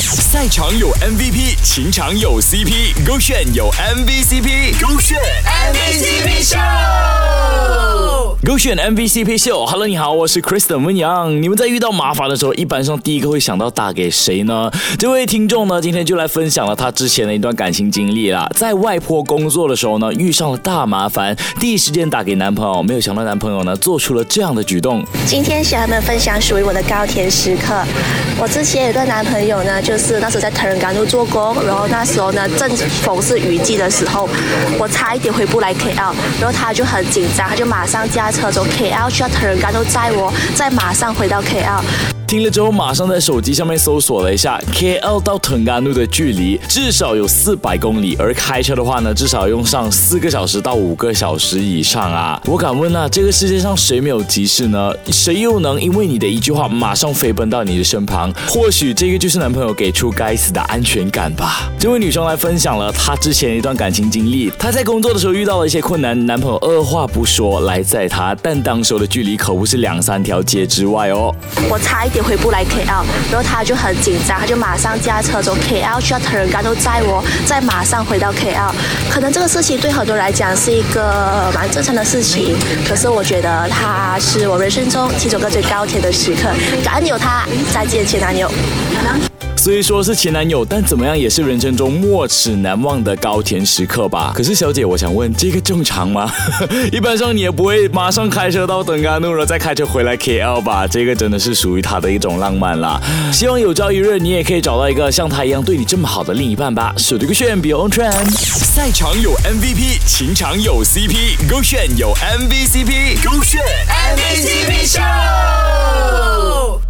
赛场有 MVP， 情场有 CP， 勾选有 MVCp， 勾选 MVCp Show， 勾选 MVCp Show。Hello， 你好，我是 Kristen 温阳。你们在遇到麻烦的时候，一般上第一个会想到打给谁呢？这位听众呢，今天就来分享了他之前的一段感情经历啦。在外婆工作的时候呢，遇上了大麻烦，第一时间打给男朋友，没有想到男朋友呢做出了这样的举动。 今天想和你们分享属于我的高甜时刻。我之前有一个男朋友呢，就是那时候在藤人港路做工，然后那时候呢正逢是雨季的时候，我差一点回不来 KL， 然后他就很紧张，他就马上驾车从 KL 去到藤人港路载我，再马上回到 KL。 听了之后，马上在手机上面搜索了一下 KL 到腾干路的距离，至少有400公里，而开车的话呢，至少用上4个小时到5个小时以上啊！我敢问啊，这个世界上谁没有急事呢？谁又能因为你的一句话马上飞奔到你的身旁？或许这个就是男朋友给出该死的安全感吧。这位女生来分享了她之前一段感情经历，她在工作的时候遇到了一些困难，男朋友二话不说来载她，但当时的距离可不是2-3条街之外哦。 我差一点回不来 KL， 然后他就很紧张，他就马上驾车从 KL 去到藤人港路载我，再马上回到 KL。可能这个事情对很多人来讲是一个蛮正常的事情，可是我觉得他是我人生中其中一个最高甜的时刻。感恩有他，再见前男友。 虽说是前男友，但怎么样也是人生中没齿难忘的高甜时刻吧。可是小姐，我想问，这个正常吗？一般上你也不会马上开车到登嘉路，再开车回来 KL 吧？这个真的是属于他的一种浪漫啦。希望有朝一日你也可以找到一个像他一样对你这么好的另一半吧。手这个炫 Be Your Own Trend， 赛场有 MVP， 情场有 CP， 勾选有 MVCp， 勾选 MVCp Show。